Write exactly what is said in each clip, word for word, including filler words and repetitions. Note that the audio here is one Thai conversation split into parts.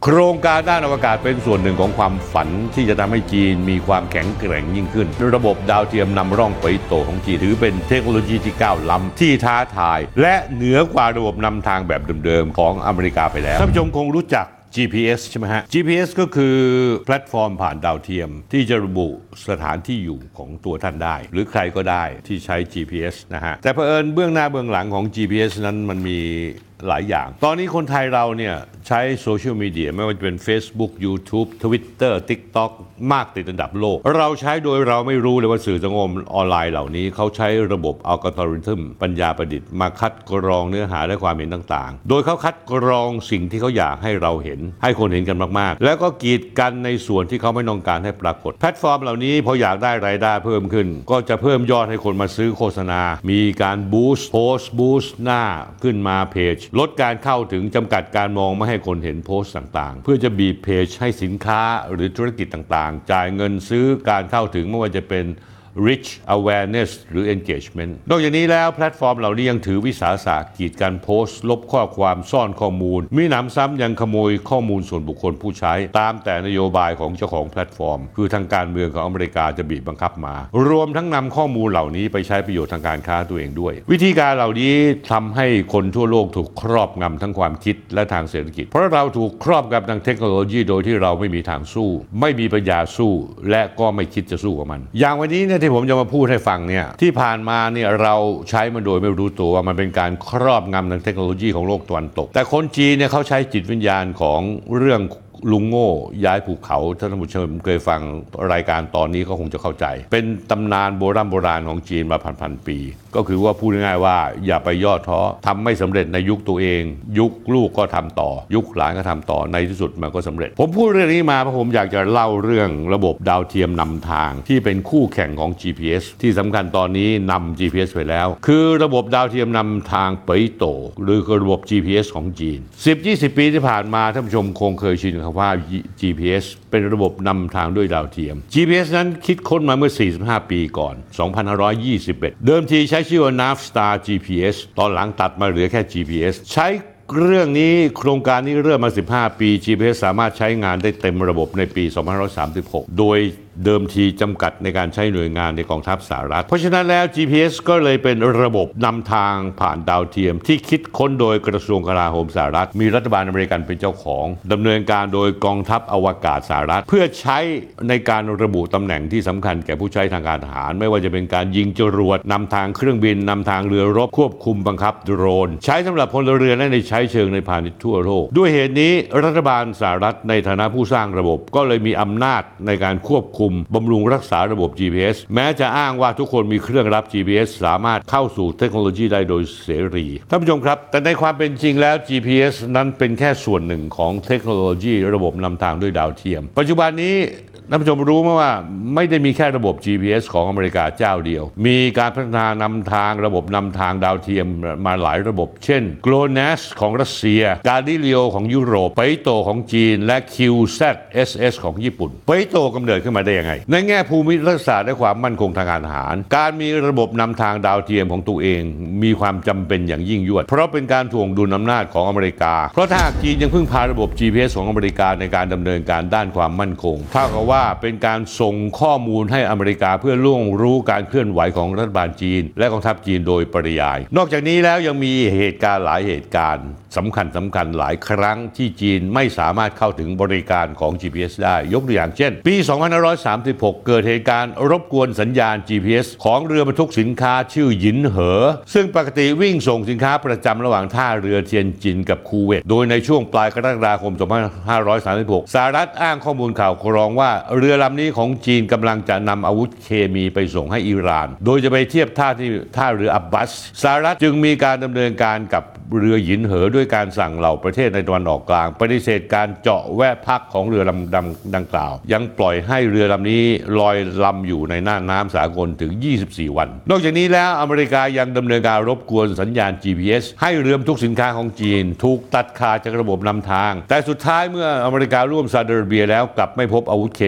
โครงการด้านอวกาศเป็นส่วนหนึ่งของความฝันที่จะทำให้จีนมีความแข็งแกร่งยิ่งขึ้นระบบดาวเทียมนำร่องไปโตของจีนถือเป็นเทคโนโลยีที่ก้าวล้ำที่ท้าทายและเหนือกว่าระบบนำทางแบบเดิมๆของอเมริกาไปแล้วท่านผู้ชมคงรู้จัก จี พี เอส ใช่ไหมฮะ จี พี เอส ก็คือแพลตฟอร์มผ่านดาวเทียมที่จะระบุสถานที่อยู่ของตัวท่านได้หรือใครก็ได้ที่ใช้ จี พี เอส นะฮะแต่เผอิญเบื้องหน้าเบื้องหลังของ จี พี เอส นั้นมันมีหลายอย่างตอนนี้คนไทยเราเนี่ยใช้โซเชียลมีเดียไม่ว่าจะเป็น Facebook YouTube Twitter TikTok มากติดอันดับโลกเราใช้โดยเราไม่รู้เลยว่าสื่อสังคมออนไลน์เหล่านี้เขาใช้ระบบอัลกอริทึมปัญญาประดิษฐ์มาคัดกรองเนื้อหาและความเห็นต่างๆโดยเขาคัดกรองสิ่งที่เขาอยากให้เราเห็นให้คนเห็นกันมากๆแล้วก็กีดกันในส่วนที่เขาไม่ต้องการให้ปรากฏแพลตฟอร์มเหล่านี้พออยากได้รายได้เพิ่มขึ้นก็จะเพิ่มยอดให้คนมาซื้อโฆษณามีการบูสต์โพสต์บูสต์หน้าขึ้นมาเพจลดการเข้าถึงจำกัดการมองไม่ให้คนเห็นโพสต์ต่างๆเพื่อจะบีบเพจให้สินค้าหรือธุรกิจต่างๆจ่ายเงินซื้อการเข้าถึงไม่ว่าจะเป็น reach awareness หรือ engagement นอกจากนี้แล้วแพลตฟอร์มเหล่านี้ยังถือวิสาสะกีดการโพสต์ลบข้อความซ่อนข้อมูลมีหนำซ้ำยังขโมยข้อมูลส่วนบุคคลผู้ใช้ตามแต่นโยบายของเจ้าของแพลตฟอร์มคือทางการเมืองของอเมริกาจะบีบบังคับมารวมทั้งนำข้อมูลเหล่านี้ไปใช้ประโยชน์ทางการค้าตัวเองด้วยวิธีการเหล่านี้ทำให้คนทั่วโลกถูกครอบงำทั้งความคิดและทางเศรษฐกิจเพราะเราถูกครอบงำทางเทคโนโลยีโดยที่เราไม่มีทางสู้ไม่มีปัญญาสู้และก็ไม่คิดจะสู้กับมันอย่างวันนี้เนี่ยที่ผมจะมาพูดให้ฟังเนี่ยที่ผ่านมาเนี่ยเราใช้มันโดยไม่รู้ตัวว่ามันเป็นการครอบงำทางเทคโนโลยีของโลกตะวันตกแต่คนจีนเนี่ยเขาใช้จิตวิญญาณของเรื่องลุงโง่ย้ายภูเขาท่านผู้ชมเคยฟังรายการตอนนี้ก็คงจะเข้าใจเป็นตำนานโบราณโบราณของจีนมาพันพันปีก็คือว่าพูดง่ายๆว่าอย่าไปย่อท้อทำไม่สำเร็จในยุคตัวเองยุคลูกก็ทำต่อยุคหลานก็ทำต่อในที่สุดมันก็สำเร็จผมพูดเรื่องนี้มาเพราะผมอยากจะเล่าเรื่องระบบดาวเทียมนำทางที่เป็นคู่แข่งของ จี พี เอส ที่สำคัญตอนนี้นำ จี พี เอส ไปแล้วคือระบบดาวเทียมนำทางเป่ยโตหรือระบบ จี พี เอส ของจีน สิบถึงยี่สิบ ปีที่ผ่านมาท่านผู้ชมคงเคยชินคำว่า จี พี เอส เป็นระบบนำทางด้วยดาวเทียม จี พี เอส นั้นคิดค้นมาเมื่อสี่สิบห้าปีก่อนสองพันห้าร้อยยี่สิบเอ็ดเดิมทีใช้ชื่อว่า Navstar จี พี เอส ตอนหลังตัดมาเหลือแค่ จี พี เอส ใช้เรื่องนี้โครงการนี้เริ่มมาสิบห้าปี จี พี เอส สามารถใช้งานได้เต็มระบบในปีสองพันห้าร้อยสามสิบหกโดยเดิมทีจำกัดในการใช้หน่วยงานในกองทัพสหรัฐเพราะฉะนั้นแล้ว จี พี เอส ก็เลยเป็นระบบนำทางผ่านดาวเทียมที่คิดค้นโดยกระทรวงกลาโหมสหรัฐมีรัฐบาลอเมริกันเป็นเจ้าของดำเนินการโดยกองทัพอวกาศสหรัฐเพื่อใช้ในการระบุตำแหน่งที่สำคัญแก่ผู้ใช้ทางการทหารไม่ว่าจะเป็นการยิงจรวดนำทางเครื่องบินนำทางเรือรบควบคุมบังคับโดรนใช้สำหรับพลเรือนและในใช้เชิงในพาณิชย์ทั่วโลกด้วยเหตุนี้รัฐบาลสหรัฐในฐานะผู้สร้างระบบก็เลยมีอำนาจในการควบคุมบำรุงรักษาระบบ จี พี เอส แม้จะอ้างว่าทุกคนมีเครื่องรับ จี พี เอส สามารถเข้าสู่เทคโนโลยีได้โดยเสรีท่านผู้ชมครับแต่ในความเป็นจริงแล้ว จี พี เอส นั้นเป็นแค่ส่วนหนึ่งของเทคโนโลยีระบบนำทางด้วยดาวเทียมปัจจุบันนี้ท่านผู้ชมรู้ไหมว่าไม่ได้มีแค่ระบบ จี พี เอส ของอเมริกาเจ้าเดียวมีการพัฒนานำทางระบบนำทางดาวเทียมมาหลายระบบเช่น จี แอล เอ็น เอส ของรัสเซีย Galileo ของยุโรป เป่ยโตของจีนและ คิว แซด เอส เอส ของญี่ปุ่นเป่ยโตกำเนิดขึ้นมาได้ยังไงในแง่ภูมิรัฐศาสตร์และความมั่นคงทางการทหารการมีระบบนำทางดาวเทียมของตัวเองมีความจำเป็นอย่างยิ่งยวดเพราะเป็นการถ่วงดุลอำนาจของอเมริกาเพราะถ้าจีนยังพึ่งพาระบบ จี พี เอส ของอเมริกาในการดำเนินการด้านความมั่นคงเท่ากับว่าเป็นการส่งข้อมูลให้อเมริกาเพื่อล่วงรู้การเคลื่อนไหวของรัฐบาลจีนและกองทัพจีนโดยปริยายนอกจากนี้แล้วยังมีเหตุการณ์หลายเหตุการณ์สำคัญสำคัญหลายครั้งที่จีนไม่สามารถเข้าถึงบริการของ จี พี เอส ได้ยกตัวอย่างเช่นปีสองพันห้าร้อยสามสิบหกเกิดเหตุการณ์รบกวนสัญญาณ จี พี เอส ของเรือบรรทุกสินค้าชื่อหยินเหอซึ่งปกติวิ่งส่งสินค้าประจำระหว่างท่าเรือเทียนจินกับคูเวตโดยในช่วงปลายกรกฎาคมสองพันห้าร้อยสามสิบหกสหรัฐอ้างข้อมูลข่าวกรองว่าเรือลำนี้ของจีนกำลังจะนำอาวุธเคมีไปส่งให้อิหร่านโดยจะไปเทียบท่าที่ท่าเรืออับบาสสหรัฐจึงมีการดำเนินการกับเรือหยินเหอด้วยการสั่งเหล่าประเทศในตะวันออกกลางปฏิเสธการเจาะแวะพักของเรือลำดังกล่าวยังปล่อยให้เรือลำนี้ลอยลำอยู่ในน่านน้ำสากลถึงยี่สิบสี่วันนอกจากนี้แล้วอเมริกายังดำเนินการรบกวนสัญญาณ จี พี เอส ให้เรือบรรทุกสินค้าของจีนถูกตัดขาดจากระบบนำทางแต่สุดท้ายเมื่ออเมริการ่วมซาอุดิอาระเบียแล้วกลับไม่พบอาวุธเค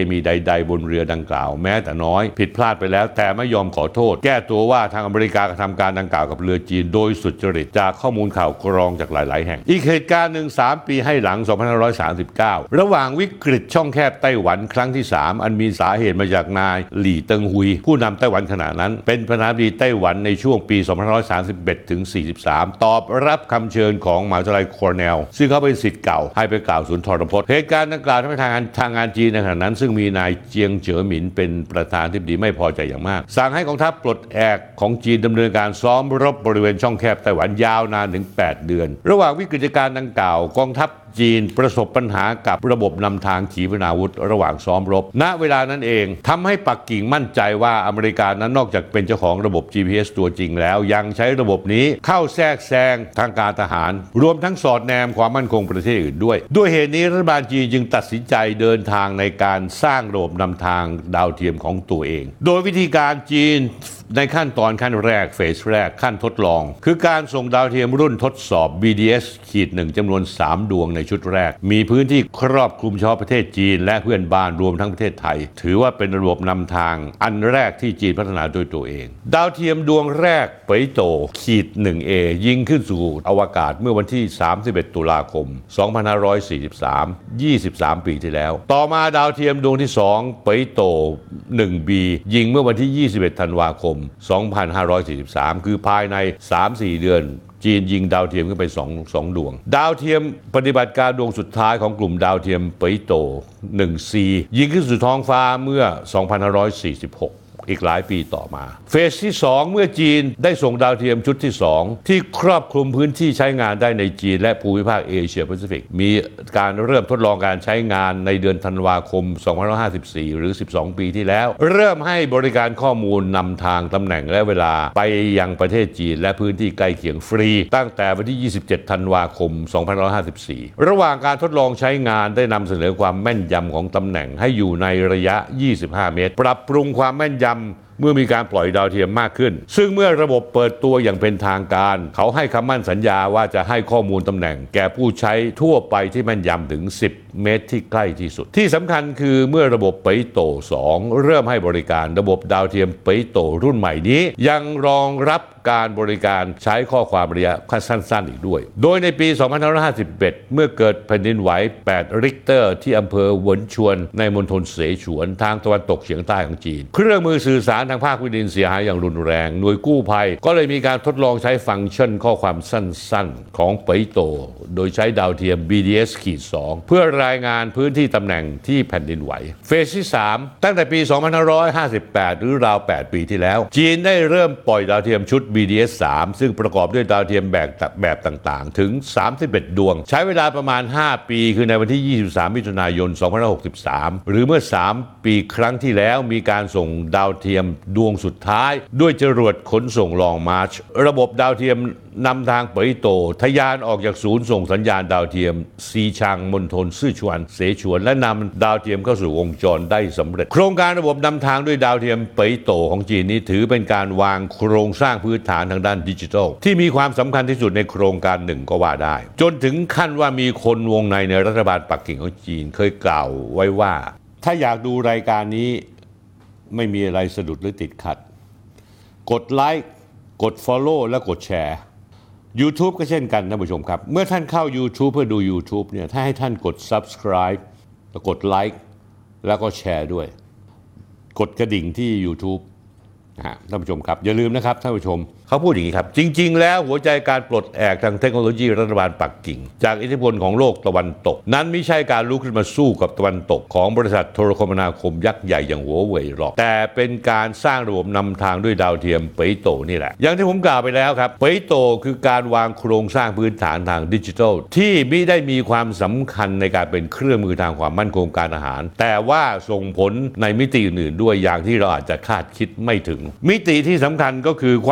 มีใดๆบนเรือดังกล่าวแม้แต่น้อยผิดพลาดไปแล้วแต่ไม่ยอมขอโทษแก้ตัวว่าทางอเมริกากระทำการดังกล่าวกับเรือจีนโดยสุจริตจากข้อมูลข่าวกรองจากหลายๆแห่งอีกเหตุการณ์หนึ่งสามปีให้หลังสองพันห้าร้อยสามสิบเก้าระหว่างวิกฤตช่องแคบไต้หวันครั้งที่สามอันมีสาเหตุมาจากนายหลี่เติงฮุยผู้นำไต้หวันขณะนั้นเป็นประธานาธิบดีไต้หวันในช่วงปีสองพันห้าร้อยสามสิบเอ็ดถึงสี่สิบสามตอบรับคำเชิญของมหาวิทยาลัยคอร์เนลซึ่งเขาเป็นศิษย์เก่าให้ไปกล่าวสุนทรพจน์เหตุการณ์ดังกล่าวทำให้ทางการทางการจีนในขณะนั้นซึ่งมีนายเจียงเจ๋อหมินเป็นประธานาธิบดีไม่พอใจอย่างมากสั่งให้กองทัพปลดแอกของจีนดำเนินการซ้อมรบบริเวณช่องแคบไต้หวันยาวนานถึงแปดเดือนระหว่างวิกฤตการณ์ดังกล่าวกองทัพจีนประสบปัญหากับระบบนำทางขีปนาวุธระหว่างซ้อมรบณเวลานั้นเองทำให้ปักกิ่งมั่นใจว่าอเมริกานั้นนอกจากเป็นเจ้าของระบบ จี พี เอส ตัวจริงแล้วยังใช้ระบบนี้เข้าแทรกแซงทางการทหารรวมทั้งสอดแนมความมั่นคงประเทศอื่นด้วยด้วยเหตุนี้รัฐบาลจีนจึงตัดสินใจเดินทางในการสร้างระบบนำทางดาวเทียมของตัวเองโดยวิธีการจีนในขั้นตอนขั้นแรกเฟสแรกขั้นทดลองคือการส่งดาวเทียมรุ่นทดสอบ บี ดี เอส หนึ่ง จำนวนสามดวงในชุดแรกมีพื้นที่ครอบคลุมเฉพาะประเทศจีนและเพื่อนบ้านรวมทั้งประเทศไทยถือว่าเป็นระบบนำทางอันแรกที่จีนพัฒนาโดยตัวเองดาวเทียมดวงแรกเปยโตขีด หนึ่ง เอ ยิงขึ้นสู่อวกาศเมื่อวันที่สามสิบเอ็ดตุลาคมสองพันห้าร้อยสี่สิบสาม ยี่สิบสามปีที่แล้วต่อมาดาวเทียมดวงที่สองเปยโต หนึ่ง บี ยิงเมื่อวันที่ยี่สิบเอ็ดธันวาคมสองพันห้าร้อยสี่สิบสามคือภายใน สามถึงสี่ เดือนจีนยิงดาวเทียมขึ้นไปสอง สองดวงดาวเทียมปฏิบัติการดวงสุดท้ายของกลุ่มดาวเทียมเปยโต หนึ่ง ซี ยิงขึ้นสู่ท้องฟ้าเมื่อสองพันห้าร้อยสี่สิบหกอีกหลายปีต่อมาเฟสที่สองเมื่อจีนได้ส่งดาวเทียมชุดที่สองที่ครอบคลุมพื้นที่ใช้งานได้ในจีนและภูมิภาคเอเชียแปซิฟิกมีการเริ่มทดลองการใช้งานในเดือนธันวาคมสองพันห้าร้อยห้าสิบสี่หรือสิบสองปีที่แล้วเริ่มให้บริการข้อมูลนำทางตำแหน่งและเวลาไปยังประเทศจีนและพื้นที่ใกล้เคียงฟรีตั้งแต่วันที่ยี่สิบเจ็ดธันวาคมสองพันห้าร้อยห้าสิบสี่ระหว่างการทดลองใช้งานได้นำเสนอความแม่นยำของตำแหน่งให้อยู่ในระยะยี่สิบห้าเมตรปรับปรุงความแม่นยำเมื่อมีการปล่อยดาวเทียมมากขึ้นซึ่งเมื่อระบบเปิดตัวอย่างเป็นทางการเขาให้คำมั่นสัญญาว่าจะให้ข้อมูลตำแหน่งแก่ผู้ใช้ทั่วไปที่แม่นยำถึงสิบเมตรที่ใกล้ที่สุดที่สำคัญคือเมื่อระบบเปยโตสองเริ่มให้บริการระบบดาวเทียมเปยโตรุ่นใหม่นี้ยังรองรับการบริการใช้ข้อความระยะสั้นๆอีกด้วยโดยในปีสองพันห้าร้อยห้าสิบเอ็ดเมื่อเกิดแผ่นดินไหวแปดริกเตอร์ที่อำเภอหวนชวนในมณฑลเสฉวนทางตะวันตกเฉียงใต้ของจีนเครื่องมือสื่อสารทางภาคพื้นดินเสียหายอย่างรุนแรงหน่วยกู้ภัยก็เลยมีการทดลองใช้ฟังก์ชันข้อความสั้นๆของเปยโตโดยใช้ดาวเทียม บี ดี เอส สอง เพื่อรายงานพื้นที่ตำแหน่งที่แผ่นดินไหวเฟสที่สามตั้งแต่ปีสองพันห้าร้อยห้าสิบแปดหรือราวแปดปีที่แล้วจีนได้เริ่มปล่อยดาวเทียมชุด บี ดี เอส สาม ซึ่งประกอบด้วยดาวเทียมแบบแบบต่างๆถึงสามสิบเอ็ดดวงใช้เวลาประมาณห้าปีคือในวันที่ยี่สิบสามมิถุนายนสองพันห้าร้อยหกสิบสามหรือเมื่อสามปีครั้งที่แล้วมีการส่งดาวเทียมดวงสุดท้ายด้วยจรวดขนส่งลองมาร์ชระบบดาวเทียมนำทางเปยโตทะยานออกจากศูนย์ส่งสัญญาณดาวเทียมซีชางมณฑลซื่อชวนเสฉวนและนำดาวเทียมเข้าสู่วงจรได้สำเร็จโครงการระบบนำทางด้วยดาวเทียมเปยโตของจีนนี้ถือเป็นการวางโครงสร้างพื้นฐานทางด้านดิจิทัลที่มีความสำคัญที่สุดในโครงการหนึ่งก็ว่าได้จนถึงขั้นว่ามีคนวงในในรัฐบาลปักกิ่งของจีนเคยกล่าวไว้ว่าถ้าอยากดูรายการนี้ไม่มีอะไรสะดุดหรือติดขัดกดไลค์กด Follow และกดแชร์ YouTube ก็เช่นกันท่านผู้ชมครับเมื่อท่านเข้า YouTube เพื่อดู YouTube เนี่ยถ้าให้ท่านกด Subscribe แล้วกดไลค์แล้วก็แชร์ด้วยกดกระดิ่งที่ YouTube นะฮะท่านผู้ชมครับอย่าลืมนะครับท่านผู้ชมเขาพูดอย่างนี้ครับจริงๆแล้วหัวใจการปลดแอกทางเทคโนโลยีรัฐบาลปักกิ่งจากอิทธิพลของโลกตะวันตกนั้นไม่ใช่การลุกขึ้นมาสู้กับตะวันตกของบริษัทโทรคมนาคมยักษ์ใหญ่อย่างหัวเว่ยหรอกแต่เป็นการสร้างระบบนำทางด้วยดาวเทียมเปยโตนี่แหละอย่างที่ผมกล่าวไปแล้วครับเปยโตคือการวางโครงสร้างพื้นฐานทางดิจิทัลที่มิได้มีความสำคัญในการเป็นเครื่องมือทางความมั่นคงการอาหารแต่ว่าส่งผลในมิติอื่นๆด้วยอย่างที่เราอาจจะคาดคิดไม่ถึงมิติที่สำคัญก็คือความทะเยอ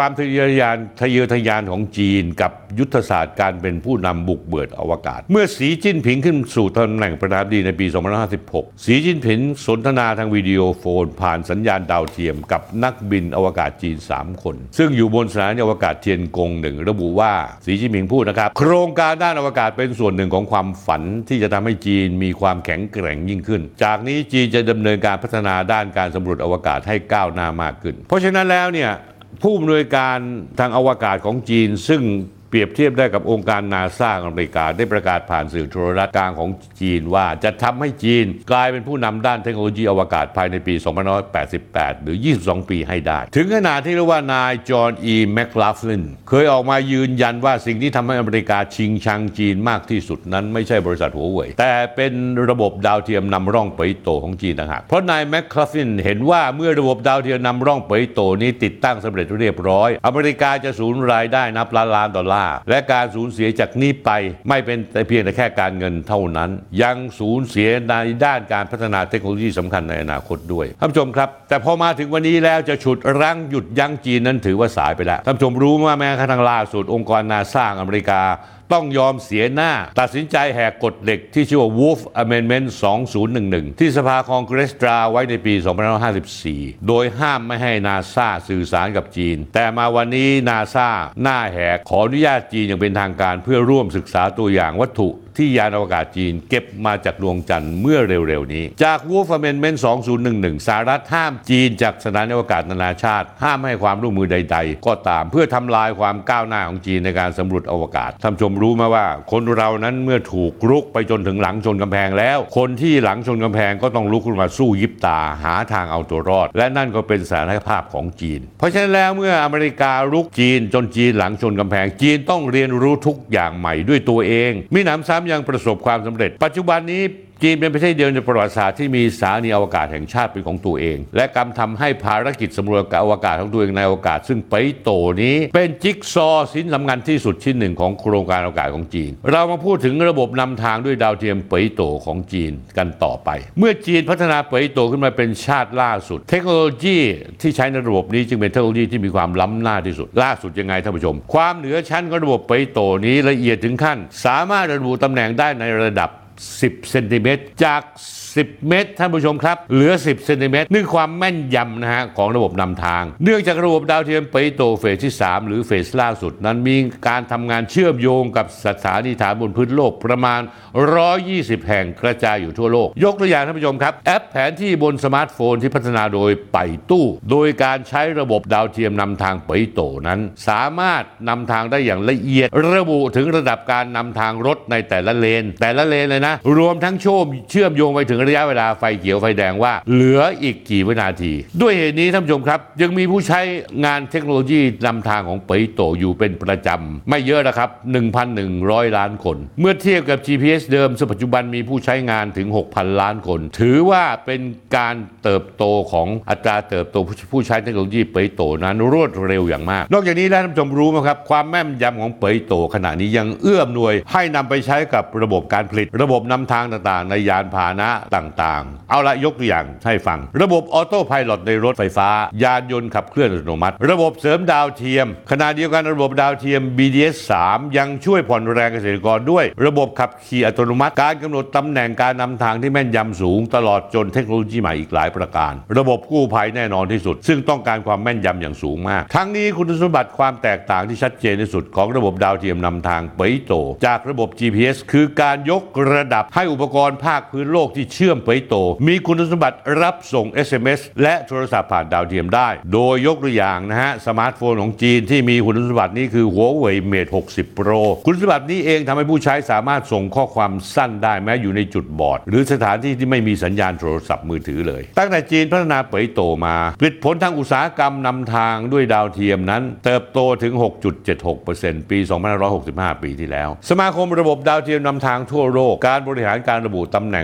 อทะยานทะเยอทะยานของจีนกับยุทธศาสตร์การเป็นผู้นำบุกเบิกอวกาศเมื่อสีจิ้นผิงขึ้นสู่ตำแหน่งประธานาธิบดีในปี สองพันห้าร้อยห้าสิบหก สีจิ้นผิงสนทนาทางวิดีโอโฟนผ่านสัญญาณดาวเทียมกับนักบินอวกาศจีนสามคนซึ่งอยู่บนสถานีอวกาศเทียนกงหนึ่งระบุว่าสีจิ้นผิงพูดนะครับโครงการด้านอวกาศเป็นส่วนหนึ่งของความฝันที่จะทำให้จีนมีความแข็งแกร่งยิ่งขึ้นจากนี้จีนจะดำเนินการพัฒนาด้านการสำรวจอวกาศให้ก้าวหน้ามากขึ้นเพราะฉะนั้นแล้วเนี่ยผู้อำนวยการทางอวกาศของจีนซึ่งเปรียบเทียบได้กับองค์การนาซาอเมริกาได้ประกาศผ่านสื่อโทรทัศน์กลางของจีนว่าจะทำให้จีนกลายเป็นผู้นำด้านเทคโนโลยีอวกาศภายในปี สองพันห้าร้อยแปดสิบแปด หรือ ยี่สิบสอง ปีให้ได้ถึงขนาดที่เรียกว่านายจอห์น อี แมคลาฟลินเคยออกมายืนยันว่าสิ่งที่ทำให้อเมริกาชิงชังจีนมากที่สุดนั้นไม่ใช่บริษัทหัวเว่ยแต่เป็นระบบดาวเทียมนำร่องเปยโตของจีนต่างหากเพราะนายแมคลาฟลินเห็นว่าเมื่อระบบดาวเทียมนำร่องเปยโตนี้ติดตั้งสำเร็จเรียบร้อยอเมริกาจะสูญรายได้นับล้านล้านดอลลาร์และการสูญเสียจากนี้ไปไม่เป็นแต่เพียงแต่แค่การเงินเท่านั้นยังสูญเสียในด้านการพัฒนาเทคโนโลยีสำคัญในอนาคตด้วยท่านผู้ชมครับแต่พอมาถึงวันนี้แล้วจะฉุดรั้งหยุดยั้งจีนนั้นถือว่าสายไปแล้วท่านผู้ชมรู้ว่าแม้กระทั่งล่าสุดองค์กรนาซาอเมริกาต้องยอมเสียหน้าตัดสินใจแหกกฎเหล็กที่ชื่อว่า Wolf Amendment สองพันสิบเอ็ด ที่สภาคองเกรสตราไว้ในปี สองพันห้าร้อยห้าสิบสี่ โดยห้ามไม่ให้นาซาสื่อสารกับจีนแต่มาวันนี้นาซาหน้าแหกขออนุญาตจีนอย่างเป็นทางการเพื่อร่วมศึกษาตัวอย่างวัตถุที่ยานอวกาศจีนเก็บมาจากดวงจันทร์เมื่อเร็วๆนี้จาก Wolf Amendment สองพันสิบเอ็ด สหรัฐห้ามจีนจากสถานีอวกาศนานาชาติห้ามให้ความร่วมมือใดๆก็ตามเพื่อทำลายความก้าวหน้าของจีนในการสำรวจอวกาศท่านผู้ชมรู้ไหมว่าคนเรานั้นเมื่อถูกรุกไปจนถึงหลังชนกำแพงแล้วคนที่หลังชนกำแพงก็ต้องลุกขึ้นมาสู้ยิบตาหาทางเอาตัวรอดและนั่นก็เป็นสถานภาพของจีนเพราะฉะนั้นแล้วเมื่ออเมริการุกจีนจนจีนหลังชนกำแพงจีนต้องเรียนรู้ทุกอย่างใหม่ด้วยตัวเองมิหนำซ้ำยังประสบความสำเร็จปัจจุบันนี้จีนเป็นประเทศเดียวในประวัติศาสตร์ที่มีสถานีอวกาศแห่งชาติเป็นของตัวเองและกำทำให้ภารกิจสำรวจอวกาศของตัวเองในอวกาศซึ่งเปยโตนี้เป็นจิ๊กซอว์ชิ้นสำคัญที่สุดชิ้นหนึ่งของโครงการอวกาศของจีนเรามาพูดถึงระบบนำทางด้วยดาวเทียมเปยโตของจีนกันต่อไปเมื่อจีนพัฒนาเปยโตขึ้นมาเป็นชาติล่าสุดเทคโนโลยีที่ใช้ในระบบนี้จึงเป็นเทคโนโลยีที่มีความล้ำหน้าที่สุดล่าสุดยังไงท่านผู้ชมความเหนือชั้นของระบบเปยโตนี้ละเอียดถึงขั้นสามารถระบุตำแหน่งได้ในระดับสิบเซนติเมตรจากสิบเมตรท่านผู้ชมครับเหลือสิบเซนติเมตรนี่ความแม่นยำนะฮะของระบบนำทางเนื่องจากระบบดาวเทียมเปยโตเฟสที่สามหรือเฟสล่าสุดนั้นมีการทำงานเชื่อมโยงกับสถานีฐานบนพื้นโลกประมาณหนึ่งร้อยยี่สิบแห่งกระจายอยู่ทั่วโลกยกตัวอย่างท่านผู้ชมครับแอปแผนที่บนสมาร์ทโฟนที่พัฒนาโดยไปตู้โดยการใช้ระบบดาวเทียมนำทางเปยโตนั้นสามารถนำทางได้อย่างละเอียดระบุถึงระดับการนำทางรถในแต่ละเลนแต่ละเลนเลยนะรวมทั้งเชื่อมโยงไปถึงระยะเวลาไฟเขียวไฟแดงว่าเหลืออีกกี่วินาทีด้วยเหตุนี้ท่านผู้ชมครับยังมีผู้ใช้งานเทคโนโลยีนำทางของเปยโตอยู่เป็นประจำไม่เยอะนะครับ หนึ่งพันหนึ่งร้อย ล้านคนเมื่อเทียบกับ จี พี เอส เดิมซึ่งปัจจุบันมีผู้ใช้งานถึง หกพัน ล้านคนถือว่าเป็นการเติบโตของอัตราเติบโตผู้ใช้เทคโนโลยีเปยโตนั้นรวดเร็วอย่างมากนอกจากนี้แล้วท่านผู้ชมรู้ไหมครับความแม่นยำของเปยโตขณะนี้ยังเอื้ออำนวยให้นำไปใช้กับระบบการผลิตระบบนำทางต่างๆในยานพาหนะต่างๆเอาละยกตัวอย่างให้ฟังระบบออโต้ไพลอตในรถไฟฟ้ายานยนต์ขับเคลื่อนอัตโนมัติระบบเสริมดาวเทียมขณะเดียวกันระบบดาวเทียม บี ดี เอส สาม ยังช่วยผ่อนแรงเกษตรกรด้วยระบบขับขี่อัตโนมัติการกำหนดตำแหน่งการนำทางที่แม่นยำสูงตลอดจนเทคโนโลยีใหม่อีกหลายประการระบบกู้ภัยแน่นอนที่สุดซึ่งต้องการความแม่นยำอย่างสูงมากทั้งนี้คุณสมบัติความแตกต่างที่ชัดเจนที่สุดของระบบดาวเทียมนำทางเปยโตจากระบบ จี พี เอส คือการยกระดับให้อุปกรณ์ภาคพื้นโลกที่เชื่อมเปยโตมีคุณสมบัติรับส่ง เอส เอ็ม เอส และโทรศัพท์ผ่านดาวเทียมได้โดยยกตัวอย่างนะฮะสมาร์ทโฟนของจีนที่มีคุณสมบัตินี้คือหัวเว่ย เมท หกสิบ โปร คุณสมบัตินี้เองทำให้ผู้ใช้สามารถส่งข้อความสั้นได้แม้อยู่ในจุดบอดหรือสถานที่ที่ไม่มีสัญญาณโทรศัพท์มือถือเลยตั้งแต่จีนพัฒนาเปยโตมาผลิตผลทางอุตสาหกรรมนำทางด้วยดาวเทียมนั้นเติบโตถึง หกจุดเจ็ดหกเปอร์เซ็นต์ ปี สองพันห้าร้อยหกสิบห้า ปีที่แล้วสมาคมระบบดาวเทียมนำทางทั่วโลกการบริหารการระบุตำแหน่ง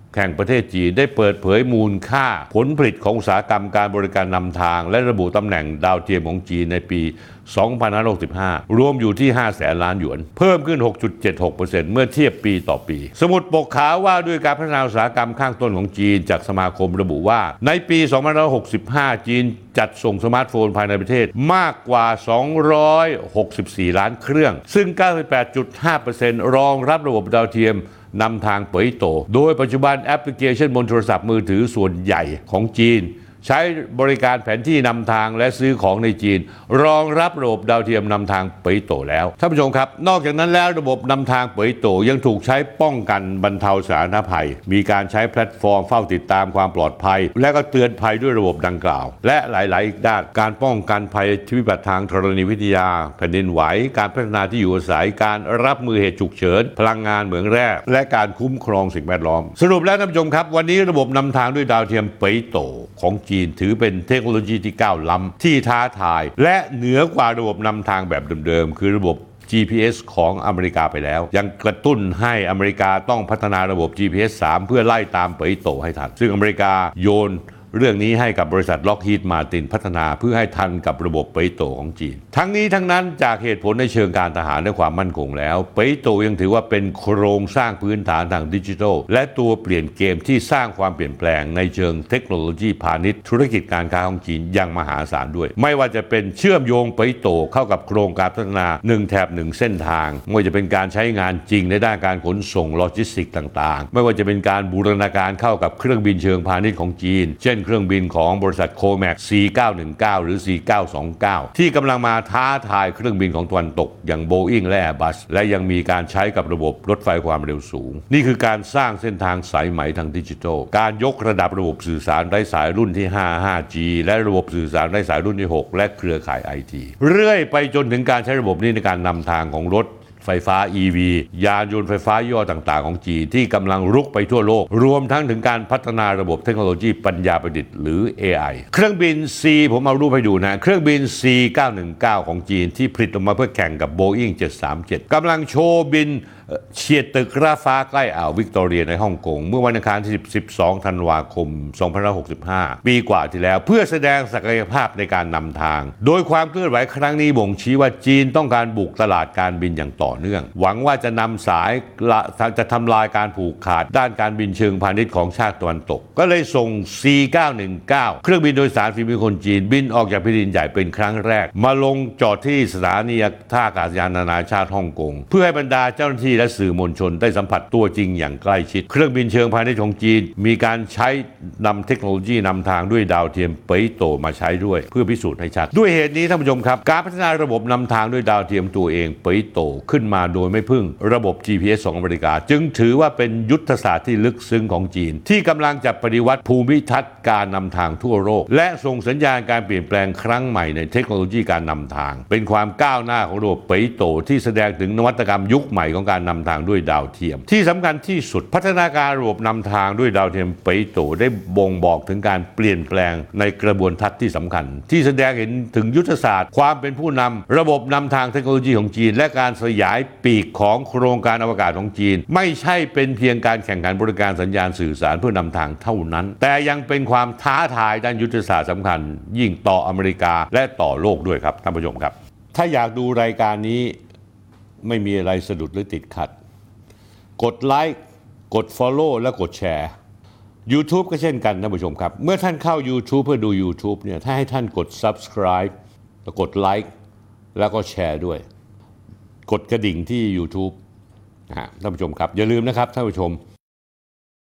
แห่งประเทศจีนได้เปิดเผยมูลค่าผลผลิตของอุตสาหกรรมการบริการนำทางและระบุตำแหน่งดาวเทียมของจีนในปี สองพันห้าร้อยหกสิบห้า รวมอยู่ที่ ห้าแสนล้านหยวนเพิ่มขึ้น หกจุดเจ็ดหกเปอร์เซ็นต์ เมื่อเทียบปีต่อปีสมุดปกขาวว่าด้วยการพัฒนาอุตสาหกรรมข้างต้นของจีนจากสมาคมระบุว่าในปี สองพันห้าร้อยหกสิบห้า จีนจัดส่งสมาร์ทโฟนภายในประเทศมากกว่า สองร้อยหกสิบสี่ ล้านเครื่องซึ่ง เก้าสิบแปดจุดห้าเปอร์เซ็นต์ รองรับระบบดาวเทียมนำทางเป่ยโตโดยปัจจุบันแอปพลิเคชันบนโทรศัพท์มือถือส่วนใหญ่ของจีนใช้บริการแผนที่นำทางและซื้อของในจีนรองรับระบบดาวเทียมนำทางเป่ยโตแล้วท่านผู้ชมครับนอกจากนั้นแล้วระบบนำทางเป่ยโตยังถูกใช้ป้องกันบรรเทาสาธารณภัยมีการใช้แพลตฟอร์มเฝ้าติดตามความปลอดภัยและก็เตือนภัยด้วยระบบดังกล่าวและหลายๆด้านการป้องกันภัยพิบัติทางธรณีวิทยาแผ่นดินไหวการพัฒนาที่อยู่อาศัยการรับมือเหตุฉุกเฉินพลังงานเหมืองแร่และการคุ้มครองสิ่งแวดล้อมสรุปแล้วท่านผู้ชมครับวันนี้ระบบนำทางด้วยดาวเทียมเป่ยโตของจีนถือเป็นเทคโนโลยีที่ก้าวล้ำที่ท้าทายและเหนือกว่าระบบนำทางแบบเดิมๆคือระบบ จี พี เอส ของอเมริกาไปแล้วยังกระตุ้นให้อเมริกาต้องพัฒนาระบบ จี พี เอส สาม เพื่อไล่ตามเป่ยโตให้ทันซึ่งอเมริกาโยนเรื่องนี้ให้กับบริษัทล็อกฮีดมาร์ตินพัฒนาเพื่อให้ทันกับระบบเป่ยโตของจีนทั้งนี้ทั้งนั้นจากเหตุผลในเชิงการทหารและความมั่นคงแล้วเป่ยโตยังถือว่าเป็นโครงสร้างพื้นฐานทางดิจิทัลและตัวเปลี่ยนเกมที่สร้างความเปลี่ยนแปลงในเชิงเทคโนโลยีพาณิชย์ธุรกิจการค้าของจีนอย่างมหาศาลด้วยไม่ว่าจะเป็นเชื่อมโยงเป่ยโตเข้ากับโครงการพัฒนาหนึ่งแถบหนึ่งเส้นทางไม่ว่าจะเป็นการใช้งานจริงในด้านการขนส่งโลจิสติกส์ต่างๆไม่ว่าจะเป็นการบูรณาการเข้ากับเครื่องบินเชิงพาณิชย์ของจีนเช่นเครื่องบินของบริษัทโคแม็ก ซี เก้าหนึ่งเก้า หรือ ซี เก้าสองเก้า ที่กำลังมาท้าทายเครื่องบินของตะวันตกอย่าง Boeing และ Airbus และยังมีการใช้กับระบบรถไฟความเร็วสูงนี่คือการสร้างเส้นทางสายไหมทางดิจิทัลการยกระดับระบบสื่อสารไร้สายรุ่นที่ ห้า ห้าจี และระบบสื่อสารไร้สายรุ่นที่ หก และเครือข่าย ไอ ที เรื่อยไปจนถึงการใช้ระบบนี้ในการนำทางของรถไฟฟ้า อี วี ยานยนต์ไฟฟ้าย่อต่างๆของจีนที่กำลังรุกไปทั่วโลกรวมทั้งถึงการพัฒนาระบบเทคโนโลยีปัญญาประดิษฐ์หรือ เอ ไอ เครื่องบิน C ผมเอารูปให้ดูนะเครื่องบิน ซี เก้าหนึ่งเก้า ของจีนที่ผลิตออกมาเพื่อแข่งกับ Boeing เจ็ดสามเจ็ดกำลังโชว์บินเฉียดตึกราฟ้าใกล้อ่าววิกตอเรียในฮ่องกงเมื่อวันอังคารที่สิบสองธันวาคมสองพันห้าร้อยหกสิบห้าปีกว่าที่แล้วเพื่อแสดงศักยภาพในการนำทางโดยความเคลื่อนไหวครั้งนี้บ่งชี้ว่าจีนต้องการบุกตลาดการบินอย่างต่อเนื่องหวังว่าจะนำสายจะทำลายการผูกขาดด้านการบินเชิงพาณิชย์ของชาติตะวันตกก็เลยส่ง ซี เก้าหนึ่งเก้า เครื่องบินโดยสารฝีมือคนจีนบินออกจากแผ่นดินใหญ่เป็นครั้งแรกมาลงจอดที่สถานีท่าอากาศยานนานาชาติฮ่องกงเพื่อให้บรรดาเจ้าหน้าที่และสื่อมวลชนได้สัมผัสตัวจริงอย่างใกล้ชิดเครื่องบินเชิงพาณิชย์ของจีนมีการใช้นำเทคโนโลยีนำทางด้วยดาวเทียมเป่ยโตมาใช้ด้วยเพื่อพิสูจน์ให้ชัดด้วยเหตุนี้ท่านผู้ชมครับการพัฒนาระบบนำทางด้วยดาวเทียมตัวเองเป่ยโตขึ้นมาโดยไม่พึ่งระบบ จี พี เอส ของอเมริกาจึงถือว่าเป็นยุทธศาสตร์ที่ลึกซึ้งของจีนที่กำลังจะปฏิวัติภูมิทัศน์การนำทางทั่วโลกและส่งสัญญาณการเปลี่ยนแปลงครั้งใหม่ในเทคโนโลยีการนำทางเป็นความก้าวหน้าของระบบเป่ยโตที่แสดงถึงนวัตกรรมยุคใหม่ของการนำทางด้วยดาวเทียมที่สำคัญที่สุดพัฒนาการระบบนำทางด้วยดาวเทียมเป่ยโตได้บ่งบอกถึงการเปลี่ยนแปลงในกระบวนทัศน์ที่สำคัญที่แสดงเห็นถึงยุทธศาสตร์ความเป็นผู้นำระบบนำทางเทคโนโลยีของจีนและการสยายปีกของโครงการอวกาศของจีนไม่ใช่เป็นเพียงการแข่งขันบริการสัญญาณสื่อสารเพื่อนำทางเท่านั้นแต่ยังเป็นความท้าทายด้านยุทธศาสตร์สำคัญยิ่งต่ออเมริกาและต่อโลกด้วยครับท่านผู้ชมครับถ้าอยากดูรายการนี้ไม่มีอะไรสะดุดหรือติดขัดกดไลค์กด Follow และกดแชร์ YouTube ก็เช่นกันท่านผู้ชมครับเมื่อท่านเข้า YouTube เพื่อดู YouTube เนี่ยถ้าให้ท่านกด Subscribe แล้วกดไลค์แล้วก็แชร์ด้วยกดกระดิ่งที่ YouTube นะฮะท่านผู้ชมครับอย่าลืมนะครับท่านผู้ชม